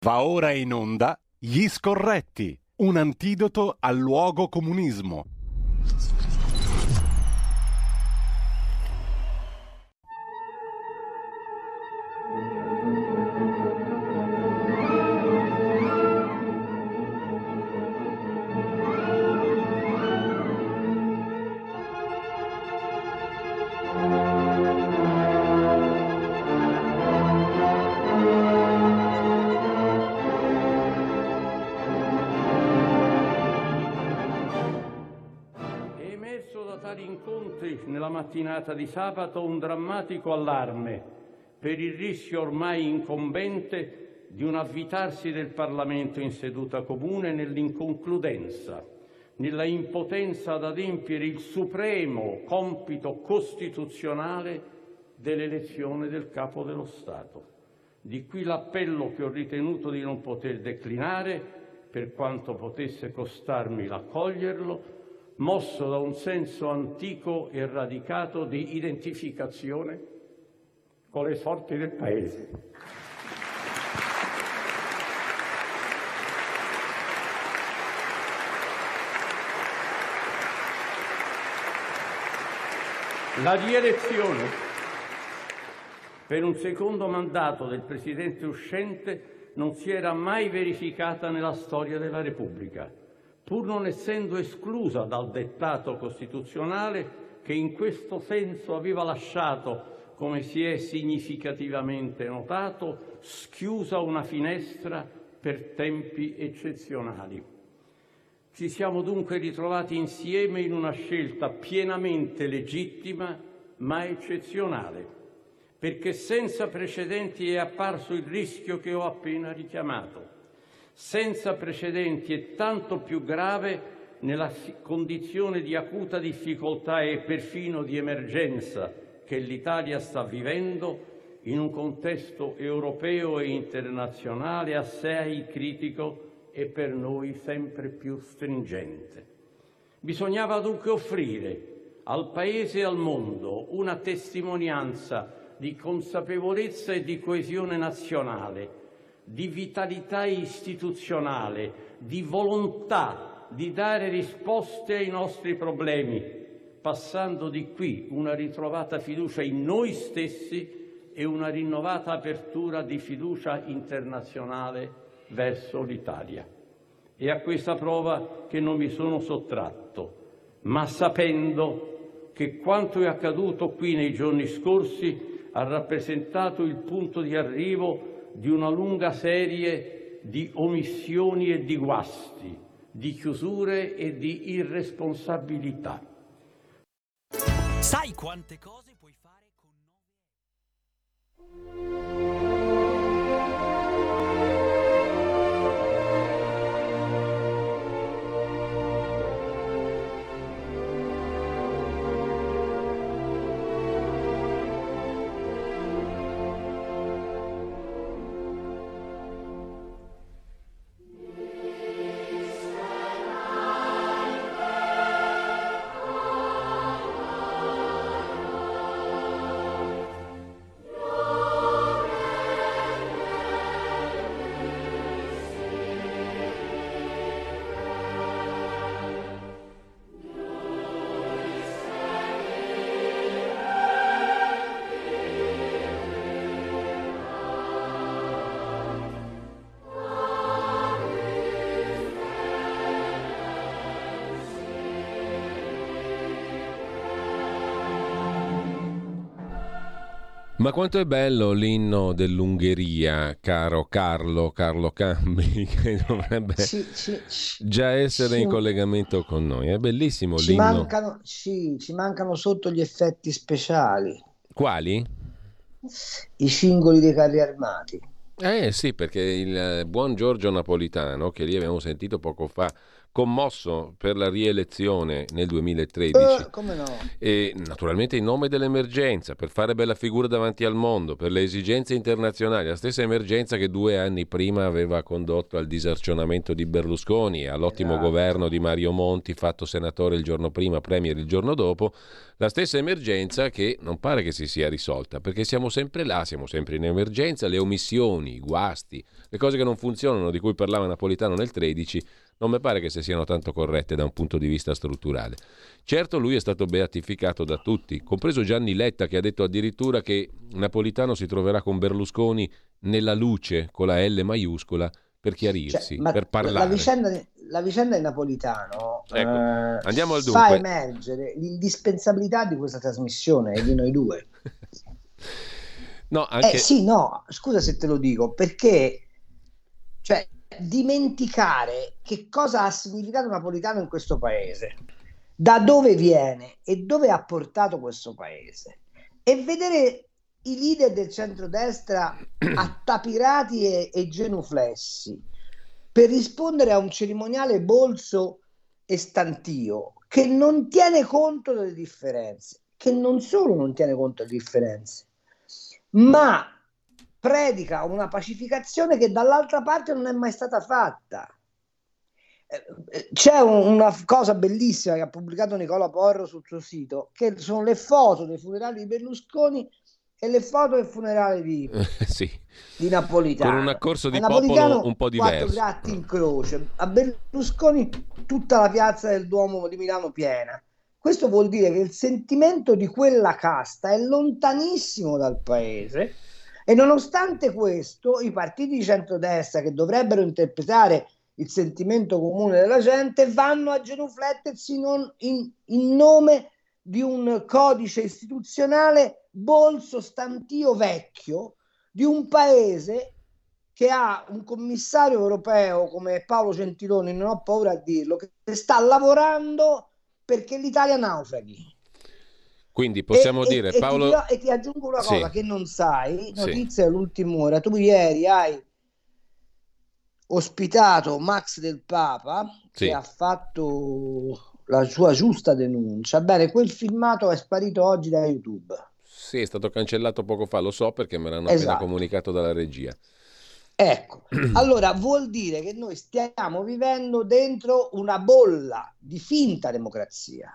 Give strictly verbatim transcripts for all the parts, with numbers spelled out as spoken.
Va ora in onda Gli Scorretti, un antidoto al luogo comunismo. Nella mattinata di sabato un drammatico allarme per il rischio ormai incombente di un avvitarsi del Parlamento in seduta comune nell'inconcludenza, nella impotenza ad adempiere il supremo compito costituzionale dell'elezione del Capo dello Stato. Di qui l'appello che ho ritenuto di non poter declinare, per quanto potesse costarmi l'accoglierlo, mosso da un senso antico e radicato di identificazione con le sorti del Paese. La rielezione per un secondo mandato del Presidente uscente non si era mai verificata nella storia della Repubblica, pur non essendo esclusa dal dettato costituzionale che in questo senso aveva lasciato, come si è significativamente notato, schiusa una finestra per tempi eccezionali. Ci siamo dunque ritrovati insieme in una scelta pienamente legittima ma eccezionale, perché senza precedenti è apparso il rischio che ho appena richiamato. Senza precedenti e tanto più grave nella condizione di acuta difficoltà e perfino di emergenza che l'Italia sta vivendo in un contesto europeo e internazionale assai critico e per noi sempre più stringente. Bisognava dunque offrire al Paese e al mondo una testimonianza di consapevolezza e di coesione nazionale, di vitalità istituzionale, di volontà di dare risposte ai nostri problemi, passando di qui una ritrovata fiducia in noi stessi e una rinnovata apertura di fiducia internazionale verso l'Italia. È a questa prova che non mi sono sottratto, ma sapendo che quanto è accaduto qui nei giorni scorsi ha rappresentato il punto di arrivo di una lunga serie di omissioni e di guasti, di chiusure e di irresponsabilità. Sai quante cose puoi fare con Ma quanto è bello l'inno dell'Ungheria, caro Carlo, Carlo Cambi, che dovrebbe Sì, sì, sì. già essere Sì, in collegamento con noi. È bellissimo ci l'inno. mancano, sì, ci mancano sotto gli effetti speciali, Quali? i singoli dei carri armati. Eh sì, perché il buon Giorgio Napolitano, che lì abbiamo sentito poco fa commosso per la rielezione nel duemilatredici, Eh, come no? e naturalmente in nome dell'emergenza, per fare bella figura davanti al mondo, per le esigenze internazionali, la stessa emergenza che due anni prima aveva condotto al disarcionamento di Berlusconi e all'ottimo Esatto. governo di Mario Monti, fatto senatore il giorno prima, premier il giorno dopo. La stessa emergenza che non pare che si sia risolta, perché siamo sempre là, siamo sempre in emergenza, le omissioni, i guasti, le cose che non funzionano, di cui parlava Napolitano nel tredici, non mi pare che se siano tanto corrette da un punto di vista strutturale. Certo, lui è stato beatificato da tutti, compreso Gianni Letta, che ha detto addirittura che Napolitano si troverà con Berlusconi nella luce, con la L maiuscola, per chiarirsi, Cioè, ma per la parlare. vicenda, la vicenda di Napolitano Ecco, eh, andiamo al fa dunque. emergere l'indispensabilità di questa trasmissione e di noi due. No, anche... Eh sì, no, scusa se te lo dico, perché cioè, dimenticare che cosa ha significato Napolitano in questo paese, da dove viene e dove ha portato questo paese, e vedere i leader del centrodestra attapirati e, e genuflessi per rispondere a un cerimoniale bolso e stantio che non tiene conto delle differenze, che non solo non tiene conto delle differenze, ma predica una pacificazione che dall'altra parte non è mai stata fatta. C'è un, una cosa bellissima che ha pubblicato Nicola Porro sul suo sito, che sono le foto dei funerali di Berlusconi e le foto del funerale di, sì. di Napolitano. Con un accorso di a Napolitano, popolo un po' quattro diverso. gratti in croce, a Berlusconi tutta la piazza del Duomo di Milano piena. Questo vuol dire che il sentimento di quella casta è lontanissimo dal paese, e nonostante questo i partiti di centrodestra, che dovrebbero interpretare il sentimento comune della gente, vanno a genuflettersi non in, in nome di un codice istituzionale bolso, stantio, vecchio, di un paese che ha un commissario europeo come Paolo Gentiloni, non ho paura a dirlo, che sta lavorando perché l'Italia naufraghi. Quindi possiamo e, dire e, Paolo... e, ti, dirò, e ti aggiungo una sì. cosa che non sai, notizia sì. dell'ultima ora. Tu ieri hai ospitato Max Del Papa, sì. che ha fatto la sua giusta denuncia. Bene, quel filmato è sparito oggi da YouTube. Sì, è stato cancellato poco fa, lo so, perché me l'hanno Esatto. appena comunicato dalla regia. Ecco, allora vuol dire che noi stiamo vivendo dentro una bolla di finta democrazia,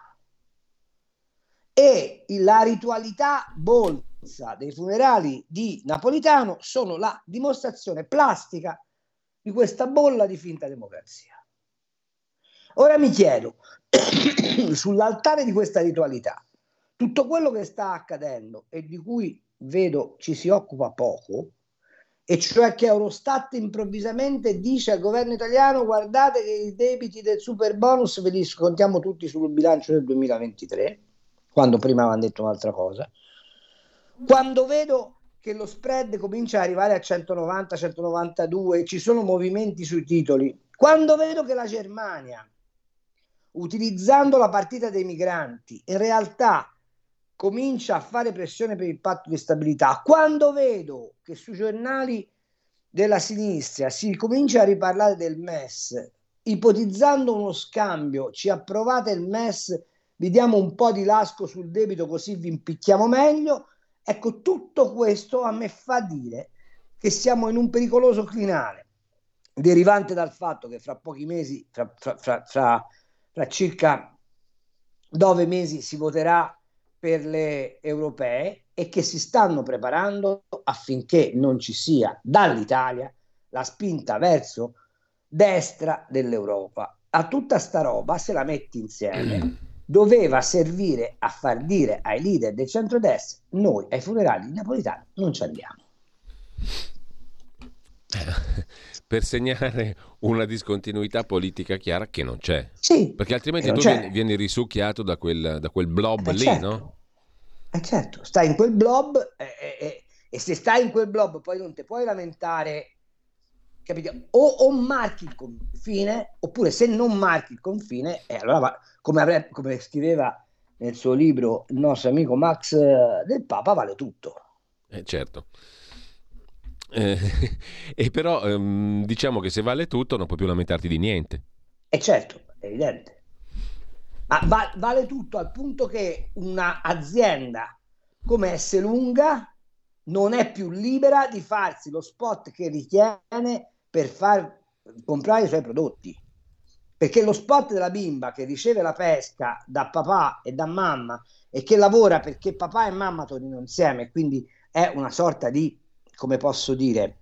e la ritualità bolsa dei funerali di Napolitano sono la dimostrazione plastica di questa bolla di finta democrazia. Ora mi chiedo, sull'altare di questa ritualità, tutto quello che sta accadendo e di cui vedo ci si occupa poco, e cioè che Eurostat improvvisamente dice al governo italiano: guardate che i debiti del super bonus ve li scontiamo tutti sul bilancio del duemilaventitré, quando prima avevano detto un'altra cosa. Quando vedo che lo spread comincia ad arrivare a centonovanta centonovantadue, ci sono movimenti sui titoli, quando vedo che la Germania, utilizzando la partita dei migranti, in realtà comincia a fare pressione per il patto di stabilità, quando vedo che sui giornali della sinistra si comincia a riparlare del M E S, ipotizzando uno scambio, ci approvate il M E S, vi diamo un po' di lasco sul debito così vi impicchiamo meglio. Ecco, tutto questo a me fa dire che siamo in un pericoloso crinale, derivante dal fatto che fra pochi mesi, fra, fra, fra, fra, fra circa nove mesi si voterà per le europee, e che si stanno preparando affinché non ci sia dall'Italia la spinta verso destra dell'Europa. A tutta sta roba, se la metti insieme, doveva servire a far dire ai leader del centrodestra: noi ai funerali di Napolitano non ci andiamo. Per segnare una discontinuità politica chiara che non c'è. Sì, perché altrimenti tu c'è. vieni, vieni risucchiato da quel, da quel blob eh lì, certo. no? Eh certo, stai in quel blob eh, eh, e se stai in quel blob poi non ti puoi lamentare, capito? O, o marchi il confine, oppure se non marchi il confine, eh, allora va, come, avrebbe, come scriveva nel suo libro il nostro amico Max Del Papa, vale tutto. Eh, certo. Eh, e però ehm, diciamo che se vale tutto non puoi più lamentarti di niente. E certo, è evidente. Ma va, vale tutto al punto che una azienda come Esselunga non è più libera di farsi lo spot che ritiene per far comprare i suoi prodotti, perché lo spot della bimba che riceve la pesca da papà e da mamma e che lavora perché papà e mamma tornino insieme, quindi è una sorta di, come posso dire,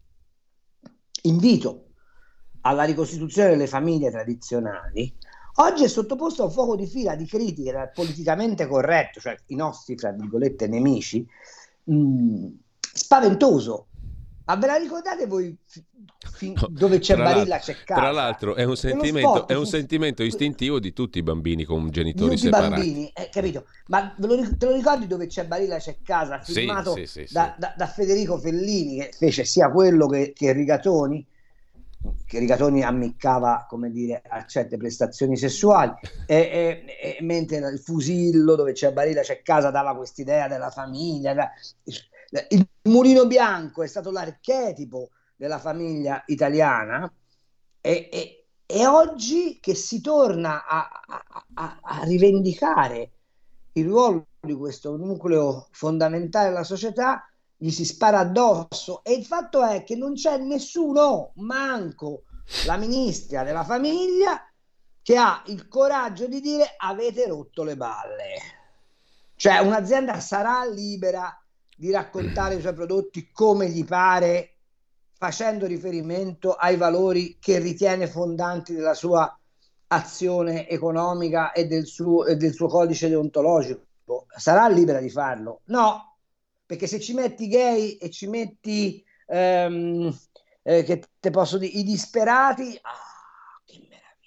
invito alla ricostituzione delle famiglie tradizionali, oggi è sottoposto a un fuoco di fila di critiche dal politicamente corretto, cioè i nostri, tra virgolette, nemici, mh, spaventoso. Ma ve la ricordate voi fin, no, dove c'è Barilla c'è casa? Tra l'altro è un sentimento, è un su, sentimento istintivo di tutti i bambini con genitori tutti separati. Tutti i bambini, eh, capito? Ma ve lo, te lo ricordi dove c'è Barilla c'è casa? Firmato sì, sì, sì, da, sì. Da, da Federico Fellini, che fece sia quello che, che Rigatoni, che Rigatoni ammiccava, come dire, a certe prestazioni sessuali, e, e, e mentre il Fusillo, dove c'è Barilla c'è casa, dava quest'idea della famiglia. Da, il Mulino Bianco è stato l'archetipo della famiglia italiana, e, e, e oggi che si torna a, a, a, a rivendicare il ruolo di questo nucleo fondamentale della società, gli si spara addosso. E il fatto è che non c'è nessuno, manco la ministra della famiglia, che ha il coraggio di dire avete rotto le balle. Cioè un'azienda sarà libera di raccontare i suoi prodotti come gli pare, facendo riferimento ai valori che ritiene fondanti della sua azione economica e del suo, e del suo codice deontologico. Sarà libera di farlo? No, perché se ci metti gay e ci metti ehm, eh, che te posso dire i disperati, ah, che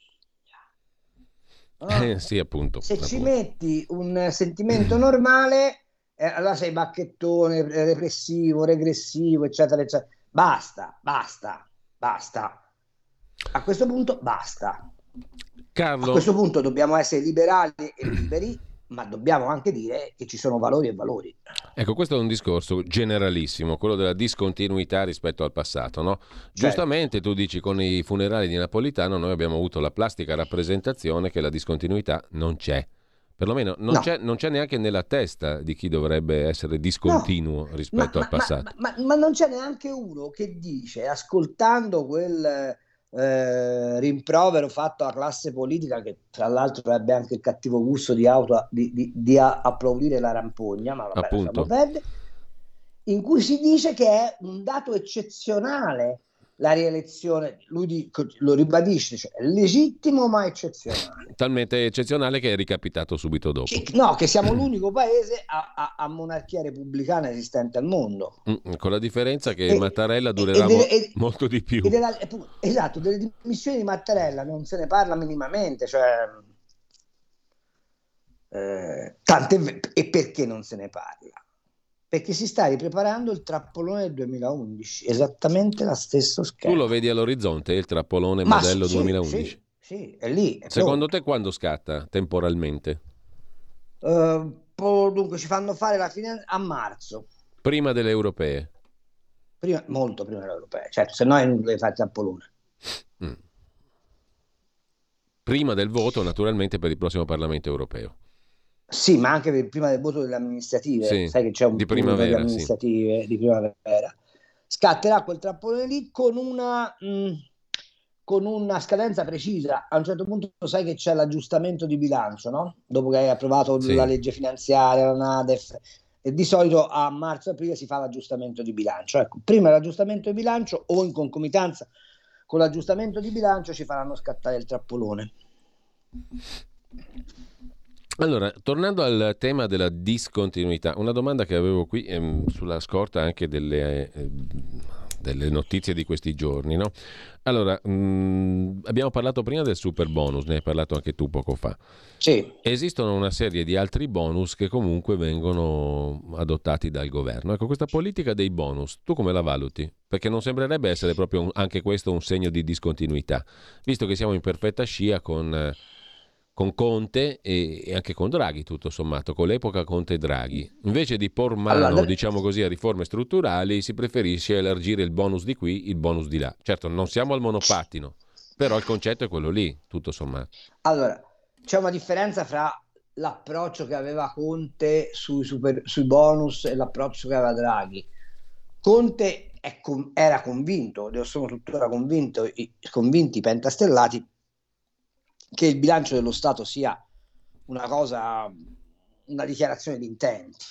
meraviglia. Oh, eh, sì, appunto, se appunto. ci metti un sentimento normale, eh, allora sei bacchettone, repressivo, regressivo, eccetera, eccetera. Basta, basta, basta. A questo punto basta. Carlo, a questo punto dobbiamo essere liberali e liberi, ma dobbiamo anche dire che ci sono valori e valori. Ecco, questo è un discorso generalissimo, quello della discontinuità rispetto al passato, no? Certo. Giustamente tu dici, con i funerali di Napolitano noi abbiamo avuto la plastica rappresentazione che la discontinuità non c'è. Perlomeno non, no. c'è, non c'è neanche nella testa di chi dovrebbe essere discontinuo no. rispetto ma, al passato. Ma, ma, ma non c'è neanche uno che dice, ascoltando quel eh, rimprovero fatto alla classe politica, che tra l'altro avrebbe anche il cattivo gusto di, auto, di, di, di applaudire la rampogna, ma vabbè, appunto, in cui si dice che è un dato eccezionale la rielezione, lui di, lo ribadisce, cioè è legittimo ma eccezionale. Talmente eccezionale che è ricapitato subito dopo. Che, no, che siamo l'unico paese a, a, a monarchia repubblicana esistente al mondo. Mm, con la differenza che e, Mattarella durerà e delle, e, molto di più. E della, esatto, delle dimissioni di Mattarella non se ne parla minimamente, cioè eh, tante, e perché non se ne parla? Perché si sta ripreparando il trappolone del duemilaundici, esattamente la stessa schema. Tu lo vedi all'orizzonte, il trappolone Ma modello sì, duemilaundici? Sì, sì, è lì. È Secondo pronto. te quando scatta temporalmente? Uh, dunque ci fanno fare la fine a marzo. Prima delle europee? Prima, molto prima delle europee, certo, se no è inutile fare il trappolone. Mm. Prima del voto naturalmente per il prossimo Parlamento europeo. Sì, ma anche per, prima del voto delle amministrative, sì, sai che c'è un di turno per le primavera, amministrative sì. di primavera, scatterà quel trappolone lì con una, mh, con una scadenza precisa. A un certo punto sai che c'è l'aggiustamento di bilancio, no? Dopo che hai approvato sì. la legge finanziaria, la NADEF, e di solito a marzo-aprile si fa l'aggiustamento di bilancio. Ecco, prima l'aggiustamento di bilancio o in concomitanza con l'aggiustamento di bilancio ci faranno scattare il trappolone. Allora, tornando al tema della discontinuità, una domanda che avevo qui ehm, sulla scorta anche delle, eh, delle notizie di questi giorni, no? Allora, mh, abbiamo parlato prima del super bonus, ne hai parlato anche tu poco fa. Sì. Esistono una serie di altri bonus che comunque vengono adottati dal governo. Ecco, questa politica dei bonus, tu come la valuti? Perché non sembrerebbe essere proprio un, anche questo un segno di discontinuità, visto che siamo in perfetta scia con... Eh, con Conte e, e anche con Draghi, tutto sommato, con l'epoca Conte-Draghi. Invece di por mano, allora, diciamo così, a riforme strutturali, si preferisce elargire il bonus di qui, il bonus di là. Certo, non siamo al monopattino, Però il concetto è quello lì, tutto sommato. Allora, c'è una differenza fra l'approccio che aveva Conte sui, super, sui bonus e l'approccio che aveva Draghi. Conte è con, era convinto, io sono tuttora convinto, i, convinti i pentastellati, che il bilancio dello Stato sia una cosa, una dichiarazione di intenti,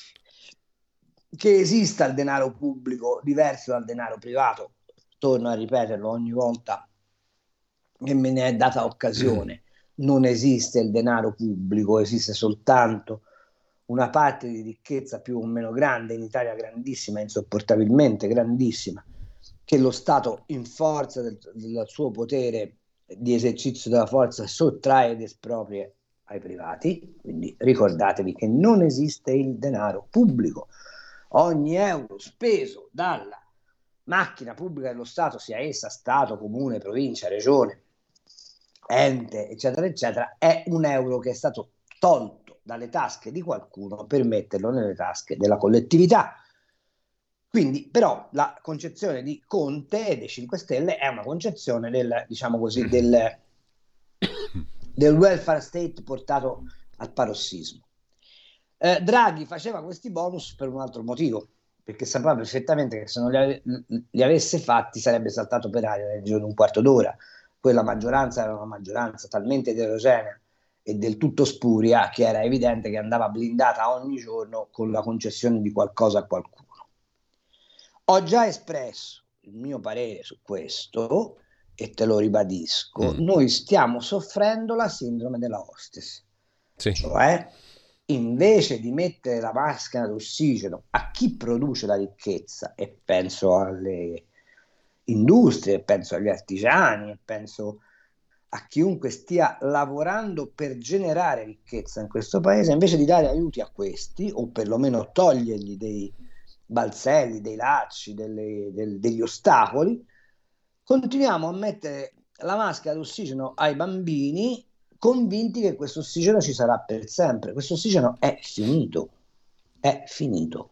che esista il denaro pubblico diverso dal denaro privato. Torno a ripeterlo ogni volta che me ne è data occasione. Non esiste il denaro pubblico, esiste soltanto una parte di ricchezza più o meno grande, in Italia grandissima, insopportabilmente grandissima, che lo Stato in forza del, del suo potere di esercizio della forza sottrae ed espropria ai privati. Quindi ricordatevi che non esiste il denaro pubblico. Ogni euro speso dalla macchina pubblica dello Stato, sia essa Stato, comune, provincia, regione, ente, eccetera, eccetera, è un euro che è stato tolto dalle tasche di qualcuno per metterlo nelle tasche della collettività. Quindi, però, la concezione di Conte e dei cinque Stelle è una concezione del, diciamo così, del, del welfare state portato al parossismo. Eh, Draghi faceva questi bonus per un altro motivo, perché sapeva perfettamente che se non li, ave- li avesse fatti sarebbe saltato per aria nel giro di un quarto d'ora. Quella maggioranza era una maggioranza talmente eterogenea e del tutto spuria che era evidente che andava blindata ogni giorno con la concessione di qualcosa a qualcuno. Ho già espresso il mio parere su questo e te lo ribadisco. Mm. Noi stiamo soffrendo la sindrome della hostess, sì. Cioè invece di mettere la maschera d'ossigeno a chi produce la ricchezza, e penso alle industrie, penso agli artigiani, penso a chiunque stia lavorando per generare ricchezza in questo paese, invece di dare aiuti a questi, o perlomeno togliergli dei balzelli, dei lacci, delle, del, degli ostacoli, continuiamo a mettere la maschera d'ossigeno ai bambini, convinti che questo ossigeno ci sarà per sempre. Questo ossigeno è finito, è finito.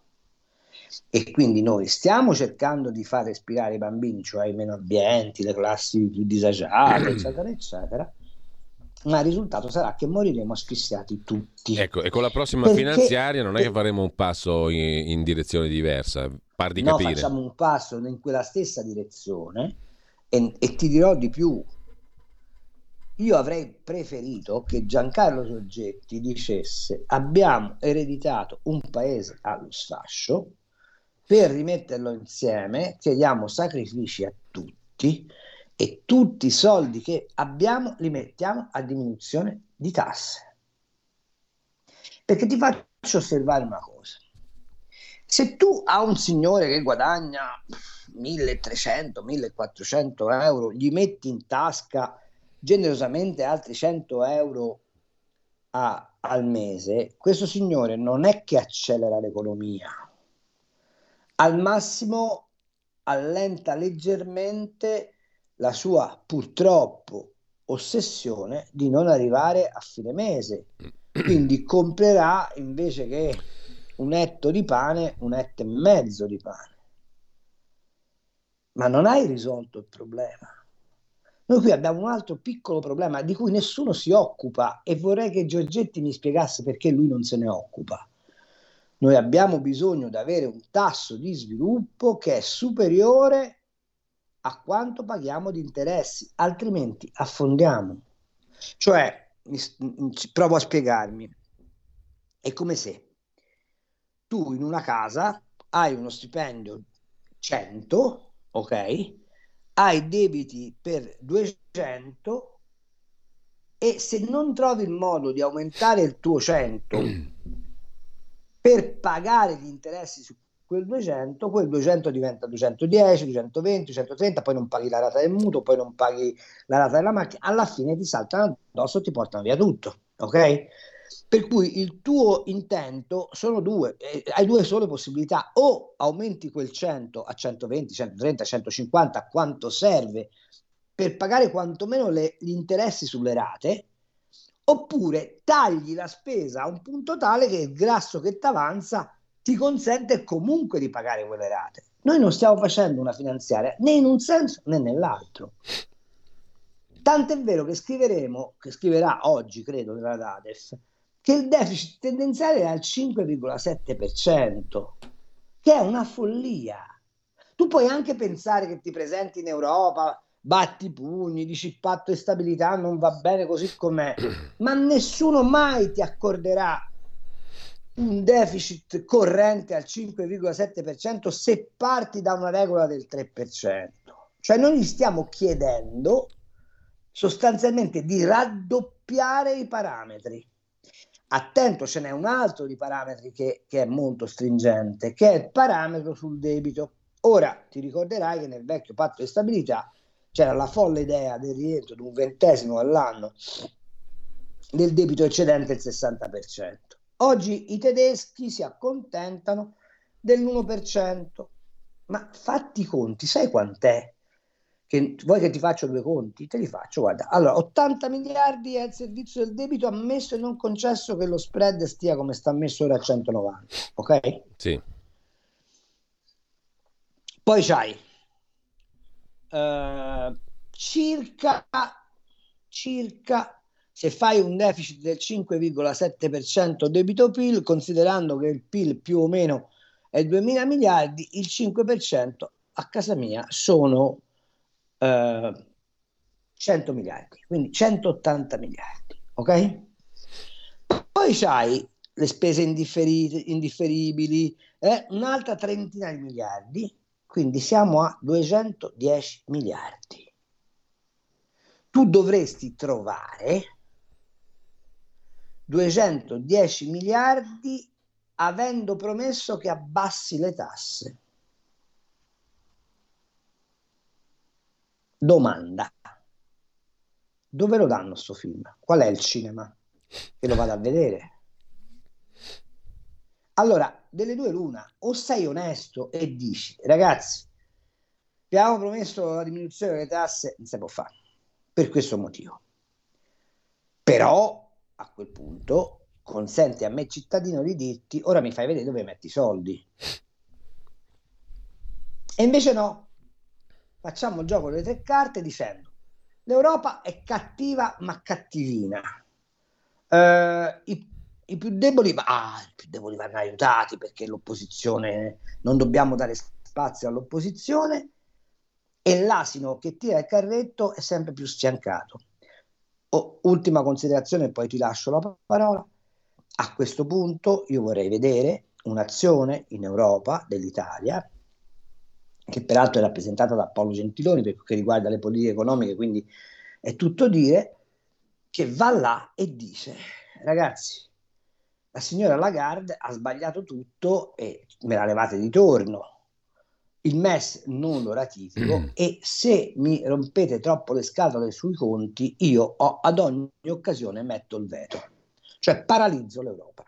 E quindi noi stiamo cercando di far respirare i bambini, cioè i meno abbienti, le classi più disagiate, eccetera, eccetera, ma il risultato sarà che moriremo asfissiati tutti. Ecco, e con la prossima Perché, finanziaria non è che faremo un passo in, in direzione diversa, par di no, capire. facciamo un passo in quella stessa direzione e, e ti dirò di più. Io avrei preferito che Giancarlo Giorgetti dicesse: abbiamo ereditato un paese allo sfascio, per rimetterlo insieme chiediamo sacrifici a tutti e tutti i soldi che abbiamo li mettiamo a diminuzione di tasse. Perché ti faccio osservare una cosa: se tu a un signore che guadagna milletrecento millequattrocento euro gli metti in tasca generosamente altri cento euro a, al mese, questo signore non è che accelera l'economia, al massimo allenta leggermente la sua purtroppo ossessione di non arrivare a fine mese, quindi comprerà invece che un etto di pane un etto e mezzo di pane, ma non hai risolto il problema. Noi qui abbiamo un altro piccolo problema di cui nessuno si occupa e vorrei che Giorgetti mi spiegasse perché lui non se ne occupa. Noi abbiamo bisogno di avere un tasso di sviluppo che è superiore a quanto paghiamo di interessi, altrimenti affondiamo. Cioè, provo a spiegarmi, è come se tu in una casa hai uno stipendio cento, ok? Hai debiti per duecento e se non trovi il modo di aumentare il tuo cento per pagare gli interessi su quel duecento, quel duecento diventa duecentodieci, duecentoventi, duecentotrenta, poi non paghi la rata del mutuo, poi non paghi la rata della macchina, alla fine ti saltano addosso e ti portano via tutto, ok? Per cui il tuo intento sono due, eh, hai due sole possibilità: o aumenti quel cento a centoventi, centotrenta, centocinquanta, quanto serve per pagare quantomeno le, gli interessi sulle rate, oppure tagli la spesa a un punto tale che il grasso che ti avanza ti consente comunque di pagare quelle rate. Noi non stiamo facendo una finanziaria né in un senso né nell'altro. Tant'è vero che scriveremo, che scriverà oggi, credo, nella Radef, che il deficit tendenziale è al cinque virgola sette per cento, che è una follia. Tu puoi anche pensare che ti presenti in Europa, batti i pugni, dici il patto di stabilità non va bene così com'è, ma nessuno mai ti accorderà un deficit corrente al cinque virgola sette per cento se parti da una regola del tre per cento. Cioè noi gli stiamo chiedendo sostanzialmente di raddoppiare i parametri. Attento, ce n'è un altro di parametri che, che è molto stringente, che è il parametro sul debito. Ora ti ricorderai che nel vecchio patto di stabilità c'era la folle idea del rientro di un ventesimo all'anno del debito eccedente il sessanta per cento. Oggi i tedeschi si accontentano dell'uno per cento, ma fatti i conti, sai quant'è? Che, vuoi che ti faccio due conti? Te li faccio, guarda. Allora, ottanta miliardi è il servizio del debito ammesso e non concesso che lo spread stia come sta messo ora a centonovanta, ok? Sì. Poi c'hai uh, circa, circa, se fai un deficit del cinque virgola sette per cento debito P I L, considerando che il P I L più o meno è duemila miliardi, il cinque per cento a casa mia sono Uh, cento miliardi, quindi centottanta miliardi, ok? Poi c'hai le spese indifferibili, eh, un'altra trentina di miliardi, quindi siamo a duecentodieci miliardi. Tu dovresti trovare duecentodieci miliardi avendo promesso che abbassi le tasse. Domanda: dove lo danno sto film? Qual è il cinema che lo vado a vedere? Allora, delle due l'una, o sei onesto e dici ragazzi, abbiamo promesso la diminuzione delle tasse, non si può fare per questo motivo, però a quel punto consente a me cittadino di dirti ora mi fai vedere dove metti i soldi, e invece no. Facciamo il gioco delle tre carte dicendo l'Europa è cattiva ma cattivina, uh, i, i più deboli ah, i più deboli vanno aiutati perché l'opposizione, non dobbiamo dare spazio all'opposizione, e l'asino che tira il carretto è sempre più sfiancato. Oh, ultima considerazione e poi ti lascio la parola. A questo punto io vorrei vedere un'azione in Europa dell'Italia, che peraltro è rappresentata da Paolo Gentiloni per quel che riguarda le politiche economiche, quindi è tutto dire, che va là e dice ragazzi, la signora Lagarde ha sbagliato tutto e me la levate di torno, il M E S non lo ratifico mm. e se mi rompete troppo le scatole sui conti io ho, ad ogni occasione metto il veto, cioè paralizzo l'Europa.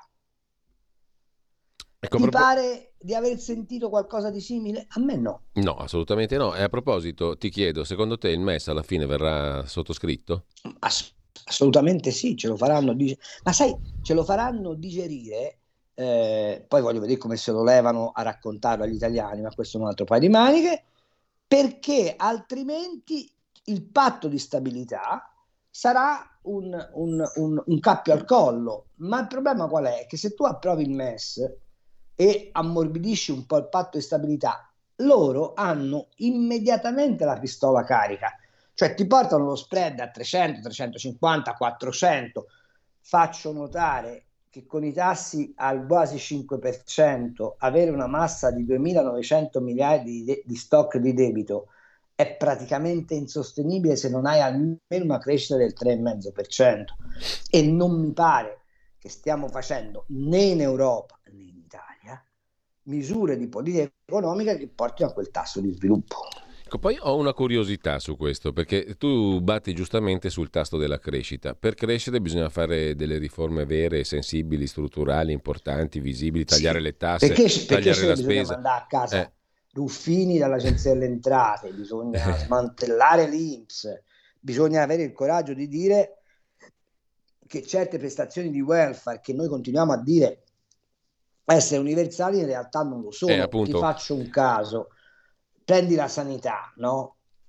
Ecco, ti proprio... pare di aver sentito qualcosa di simile? A me no. No, assolutamente no. E a proposito, ti chiedo, secondo te il M E S alla fine verrà sottoscritto? Ass- assolutamente sì, ce lo faranno dig- ma sai, ce lo faranno digerire, eh, poi voglio vedere come se lo levano a raccontarlo agli italiani, ma questo è un altro paio di maniche, perché altrimenti il patto di stabilità sarà un, un, un, un cappio al collo. Ma il problema qual è? Che se tu approvi il M E S e ammorbidisci un po' il patto di stabilità, loro hanno immediatamente la pistola carica, cioè ti portano lo spread a trecento, trecentocinquanta, quattrocento. Faccio notare che con i tassi al quasi cinque per cento avere una massa di duemilanovecento miliardi di, de- di stock di debito è praticamente insostenibile se non hai almeno una crescita del tre virgola cinque per cento, e non mi pare che stiamo facendo né in Europa né in Italia misure di politica economica che portino a quel tasso di sviluppo. Ecco, poi ho una curiosità su questo, perché tu batti giustamente sul tasto della crescita. Per crescere bisogna fare delle riforme vere, sensibili, strutturali, importanti, visibili, tagliare sì, le tasse, perché, tagliare perché la bisogna spesa. Mandare a casa eh. Ruffini dall'Agenzia delle Entrate, bisogna smantellare l'I N P S, bisogna avere il coraggio di dire che certe prestazioni di welfare che noi continuiamo a dire essere universali in realtà non lo sono. Eh, Ti faccio un caso, prendi la sanità, no?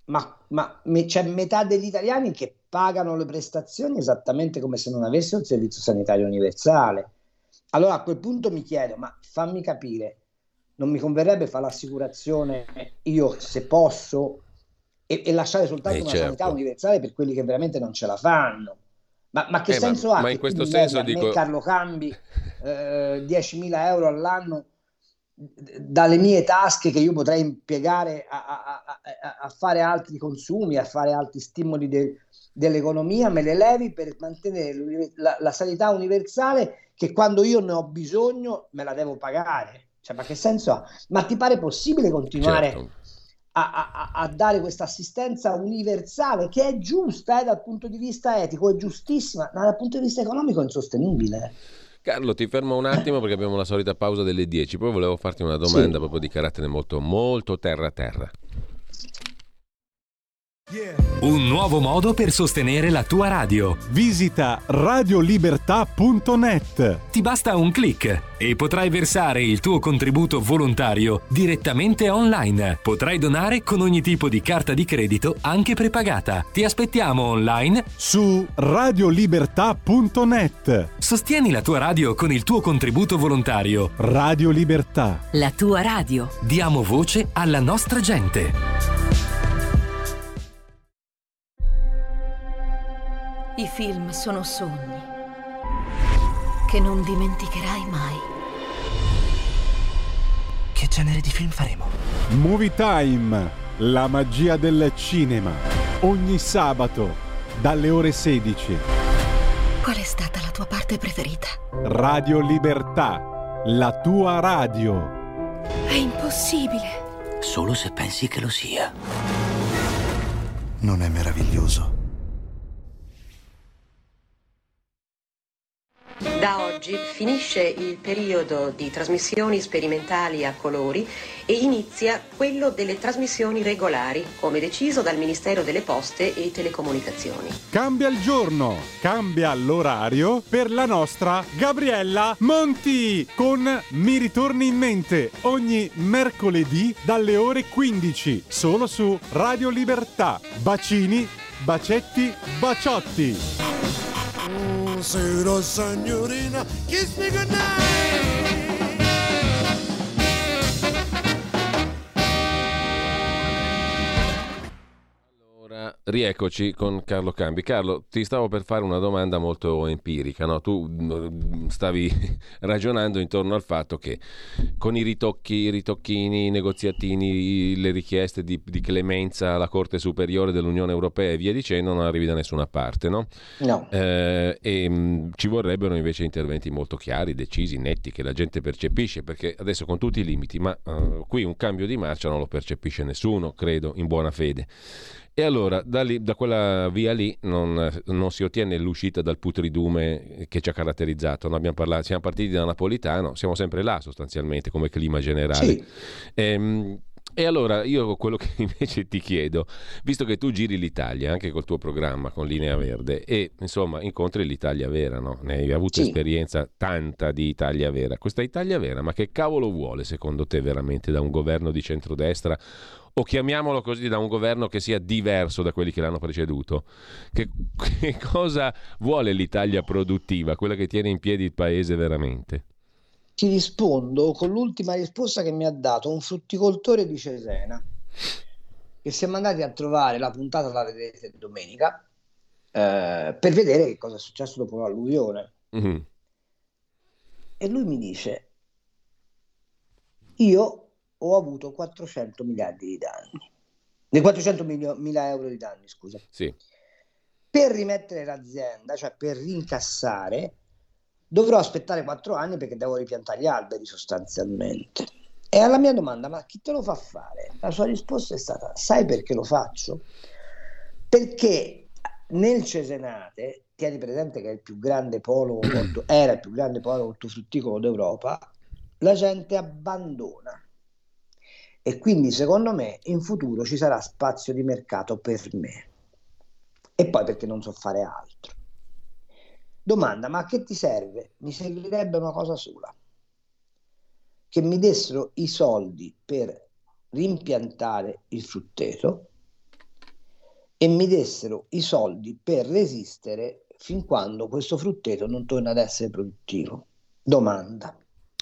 ma, ma me- c'è metà degli italiani che pagano le prestazioni esattamente come se non avessero il servizio sanitario universale. Allora a quel punto mi chiedo, ma fammi capire, non mi converrebbe fare l'assicurazione io se posso e, e lasciare soltanto Eh, una certo. sanità universale per quelli che veramente non ce la fanno? Ma, ma che Eh, ma- senso ha ma in che tu questo mi levi senso a me, dico- Carlo Cambi, eh, diecimila euro all'anno d- dalle mie tasche che io potrei impiegare a, a- a- a- a fare altri consumi, a fare altri stimoli de- dell'economia, me le levi per mantenere l'uni- la, la sanità universale che quando io ne ho bisogno me la devo pagare? Cioè, ma che senso ha? Ma ti pare possibile continuare Certo. a, a- a dare questa assistenza universale che è giusta eh, dal punto di vista etico, è giustissima, ma dal punto di vista economico è insostenibile. Carlo, ti fermo un attimo perché abbiamo la solita pausa delle dieci, poi volevo farti una domanda Sì. proprio di carattere molto, molto terra-terra. Un nuovo modo per sostenere la tua radio. Visita radiolibertà punto net. Ti basta un click e potrai versare il tuo contributo volontario direttamente online. Potrai donare con ogni tipo di carta di credito, anche prepagata. Ti aspettiamo online. Su radiolibertà punto net. Sostieni la tua radio con il tuo contributo volontario. Radio Libertà. La tua radio. Diamo voce alla nostra gente. I film sono sogni che non dimenticherai mai. Che genere di film faremo? Movie Time, la magia del cinema. Ogni sabato, dalle ore sedici. Qual è stata la tua parte preferita? Radio Libertà, la tua radio. È impossibile. Solo se pensi che lo sia. Non è meraviglioso? Da oggi finisce il periodo di trasmissioni sperimentali a colori e inizia quello delle trasmissioni regolari, come deciso dal Ministero delle Poste e Telecomunicazioni. Cambia il giorno, cambia l'orario per la nostra Gabriella Monti con Mi ritorni in mente ogni mercoledì dalle ore quindici, solo su Radio Libertà. Bacini, bacetti, baciotti. Sera signorina, kiss me goodnight. Allora, rieccoci con Carlo Cambi. Carlo, ti stavo per fare una domanda molto empirica, no? Tu mm, stavi ragionando intorno al fatto che con i ritocchi, i ritocchini, i negoziatini, le richieste di, di clemenza alla Corte Superiore dell'Unione Europea e via dicendo non arrivi da nessuna parte, no? No. Eh, e mh, ci vorrebbero invece interventi molto chiari, decisi, netti, che la gente percepisce, perché adesso con tutti i limiti, ma eh, qui un cambio di marcia non lo percepisce nessuno, credo, in buona fede. E allora, da, lì, da quella via lì non, non si ottiene l'uscita dal putridume che ci ha caratterizzato. Noi abbiamo parlato, siamo partiti da Napolitano, siamo sempre là sostanzialmente come clima generale. Sì. Ehm, E allora io quello che invece ti chiedo, visto che tu giri l'Italia anche col tuo programma con Linea Verde e insomma incontri l'Italia vera, no? Ne hai avuto Sì. esperienza tanta di Italia vera. Questa Italia vera, ma che cavolo vuole secondo te veramente da un governo di centrodestra? O chiamiamolo così, da un governo che sia diverso da quelli che l'hanno preceduto? Che, che cosa vuole l'Italia produttiva, quella che tiene in piedi il paese veramente? Ti rispondo con l'ultima risposta che mi ha dato un frutticoltore di Cesena, che siamo andati a trovare, la puntata la vedrete domenica, eh, per vedere che cosa è successo dopo l'alluvione. Mm. E lui mi dice: io ho avuto quattrocento miliardi di danni, di quattrocento mila euro di danni, scusa. Sì. Per rimettere l'azienda, cioè per rincassare, dovrò aspettare quattro anni perché devo ripiantare gli alberi sostanzialmente. E alla mia domanda, ma chi te lo fa fare? La sua risposta è stata: sai perché lo faccio? Perché nel Cesenate, tieni presente che è il più grande polo, era il più grande polo ortofrutticolo d'Europa, la gente abbandona. E quindi secondo me in futuro ci sarà spazio di mercato per me. E poi perché non so fare altro. Domanda, ma a che ti serve? Mi servirebbe una cosa sola: che mi dessero i soldi per rimpiantare il frutteto e mi dessero i soldi per resistere fin quando questo frutteto non torna ad essere produttivo. Domanda.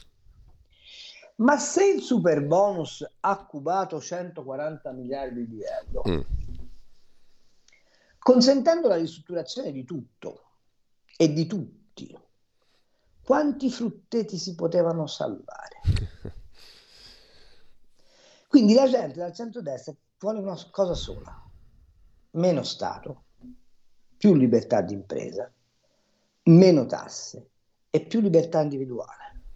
Ma se il super bonus ha cubato centoquaranta miliardi di euro, mm. consentendo la ristrutturazione di tutto e di tutti, quanti frutteti si potevano salvare? Quindi la gente dal centrodestra vuole una cosa sola: meno Stato, più libertà di impresa, meno tasse e più libertà individuale.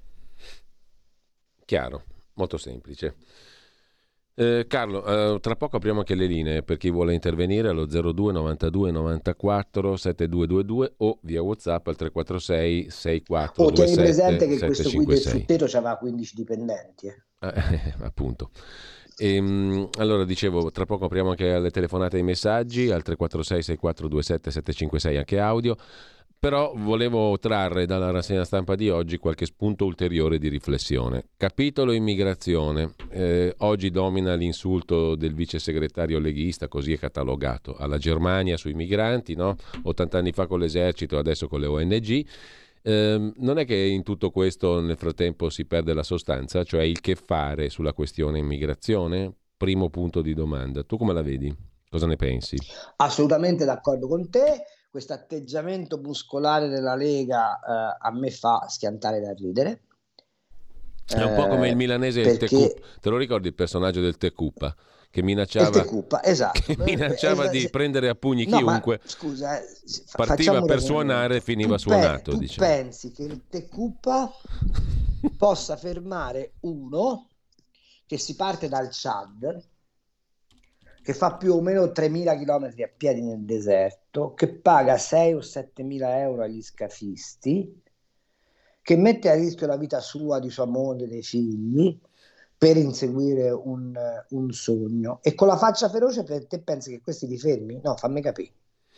Chiaro, molto semplice. Eh, Carlo, eh, tra poco apriamo anche le linee per chi vuole intervenire allo zero due novantadue novantaquattro settantadue ventidue o via WhatsApp al tre quattro sei sei quattro due sette sette cinque sei. Oh, tieni presente che questo qui del frutteto c'aveva quindici dipendenti. Eh. Eh, appunto. E, allora dicevo, tra poco apriamo anche alle telefonate e ai messaggi al tre quattro sei sei quattro due sette sette cinque sei, anche audio. Però volevo trarre dalla rassegna stampa di oggi qualche spunto ulteriore di riflessione. Capitolo immigrazione. Eh, oggi domina l'insulto del vice segretario leghista, così è catalogato, alla Germania sui migranti, no? ottanta anni fa con l'esercito, adesso con le O N G. Eh, non è che in tutto questo nel frattempo si perde la sostanza, cioè il che fare sulla questione immigrazione? Primo punto di domanda. Tu come la vedi? Cosa ne pensi? Assolutamente d'accordo con te. Questo atteggiamento muscolare della Lega eh, a me fa schiantare da ridere. È un po' come il milanese del perché... Tecup. Te lo ricordi il personaggio del Tecupa? Che minacciava, Tecupa, esatto. che minacciava esatto. di prendere a pugni no, chiunque. Ma, scusa, eh, partiva per suonare e finiva tu suonato. Pe- tu diciamo. pensi che il Tecupa possa fermare uno che si parte dal Chad, che fa più o meno tremila chilometri a piedi nel deserto, che paga sei o settemila euro agli scafisti, che mette a rischio la vita sua, di sua moglie, dei figli, per inseguire un, un sogno, e con la faccia feroce per te pensi che questi li fermi? No, fammi capire.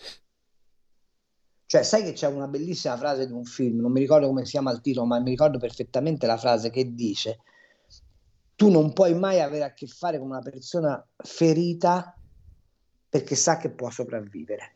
Cioè, sai che c'è una bellissima frase di un film, non mi ricordo come si chiama il titolo, ma mi ricordo perfettamente la frase che dice: tu non puoi mai avere a che fare con una persona ferita perché sa che può sopravvivere.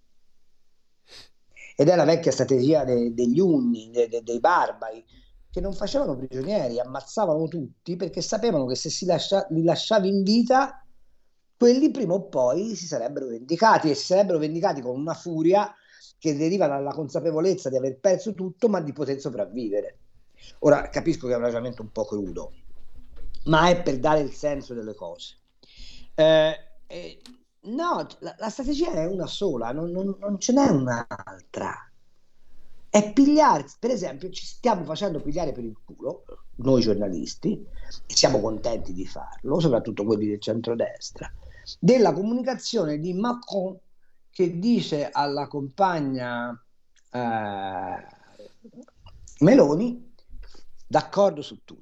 Ed è la vecchia strategia de, degli Unni, de, de, dei barbari, che non facevano prigionieri, ammazzavano tutti perché sapevano che se si lascia, li lasciavi in vita, quelli prima o poi si sarebbero vendicati, e si sarebbero vendicati con una furia che deriva dalla consapevolezza di aver perso tutto, ma di poter sopravvivere. Ora, capisco che è un ragionamento un po' crudo, ma è per dare il senso delle cose. Eh, eh, no, la, la strategia è una sola, non, non, non ce n'è un'altra. È pigliare, per esempio, ci stiamo facendo pigliare per il culo, noi giornalisti, e siamo contenti di farlo, soprattutto quelli del centrodestra, della comunicazione di Macron, che dice alla compagna eh, Meloni: d'accordo su tutto.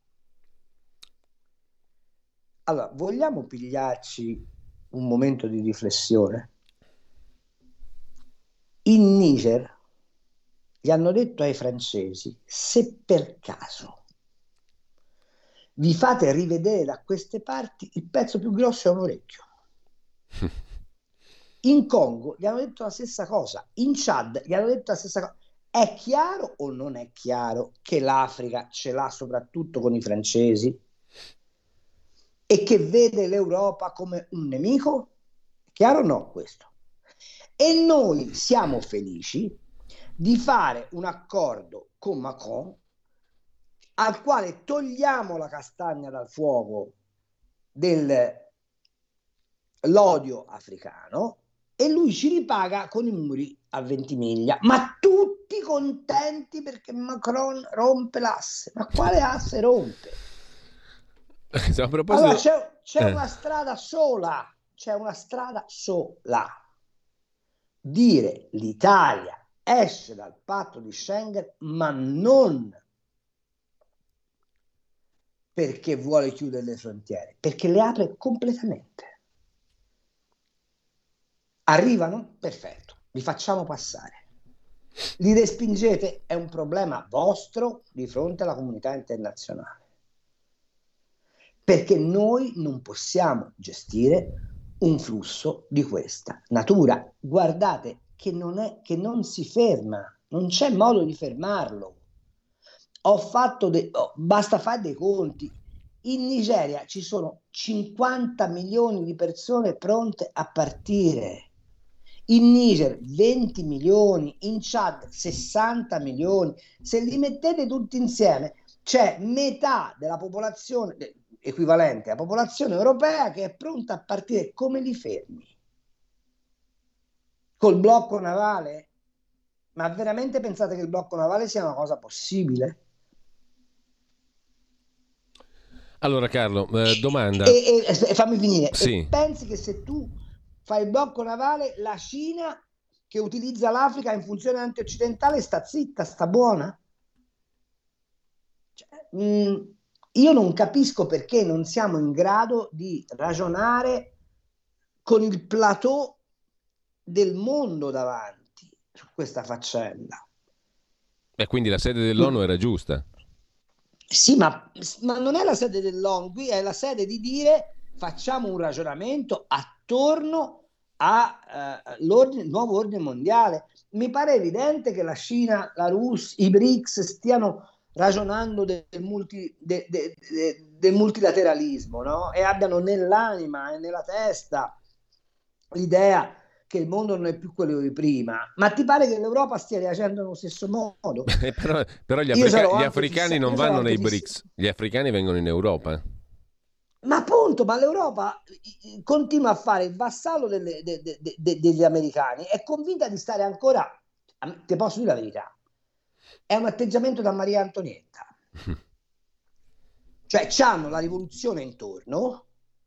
Allora, vogliamo pigliarci un momento di riflessione? In Niger gli hanno detto ai francesi: se per caso vi fate rivedere da queste parti, il pezzo più grosso è un orecchio. In Congo gli hanno detto la stessa cosa, in Chad gli hanno detto la stessa cosa. È chiaro o non è chiaro che l'Africa ce l'ha soprattutto con i francesi e che vede l'Europa come un nemico? Chiaro o no questo? E noi siamo felici di fare un accordo con Macron al quale togliamo la castagna dal fuoco dell'odio africano, e lui ci ripaga con i muri a Ventimiglia, ma tutti contenti perché Macron rompe l'asse. Ma quale asse rompe? A proposito... Allora c'è, c'è eh. una strada sola, c'è una strada sola. Dire l'Italia esce dal patto di Schengen, ma non perché vuole chiudere le frontiere, perché le apre completamente. Arrivano? Perfetto, li facciamo passare. Li respingete? È un problema vostro di fronte alla comunità internazionale. Perché noi non possiamo gestire un flusso di questa natura. Guardate che non è che non si ferma, non c'è modo di fermarlo. Ho fatto de- oh, basta fare dei conti. In Nigeria ci sono cinquanta milioni di persone pronte a partire. In Niger venti milioni, in Chad sessanta milioni. Se li mettete tutti insieme, c'è metà della popolazione equivalente alla popolazione europea che è pronta a partire. Come li fermi? Col blocco navale? Ma veramente pensate che il blocco navale sia una cosa possibile? Allora Carlo, eh, domanda. E, e, e fammi finire. Sì. E pensi che se tu fai il blocco navale, la Cina che utilizza l'Africa in funzione antioccidentale sta zitta, sta buona? Cioè, mh, io non capisco perché non siamo in grado di ragionare con il plateau del mondo davanti su questa faccenda. E quindi la sede dell'ONU era giusta? Sì, ma, ma non è la sede dell'ONU, qui è la sede di dire facciamo un ragionamento attorno al eh, nuovo ordine mondiale. Mi pare evidente che la Cina, la Russia, i BRICS stiano ragionando del, multi, de, de, de, del multilateralismo, no? E abbiano nell'anima e nella testa l'idea che il mondo non è più quello di prima. Ma ti pare che l'Europa stia reagendo nello stesso modo? però, però gli, africa- gli africani fissato, non vanno nei BRICS, gli africani vengono in Europa. Ma appunto, ma l'Europa continua a fare il vassallo delle, de, de, de, degli americani, è convinta di stare ancora, ti posso dire la verità, è un atteggiamento da Maria Antonietta. Cioè c'hanno la rivoluzione intorno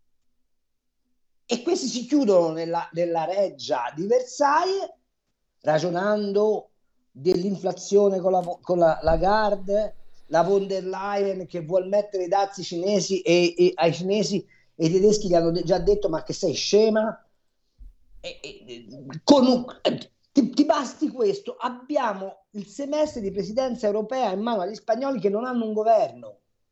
e questi si chiudono nella, nella reggia di Versailles ragionando dell'inflazione con la, con la Lagarde, la von der Leyen che vuol mettere i dazi cinesi e, e ai cinesi e i tedeschi gli hanno de- già detto ma che sei scema? E, e, con un, ti, ti basti questo, abbiamo il semestre di presidenza europea in mano agli spagnoli che non hanno un governo.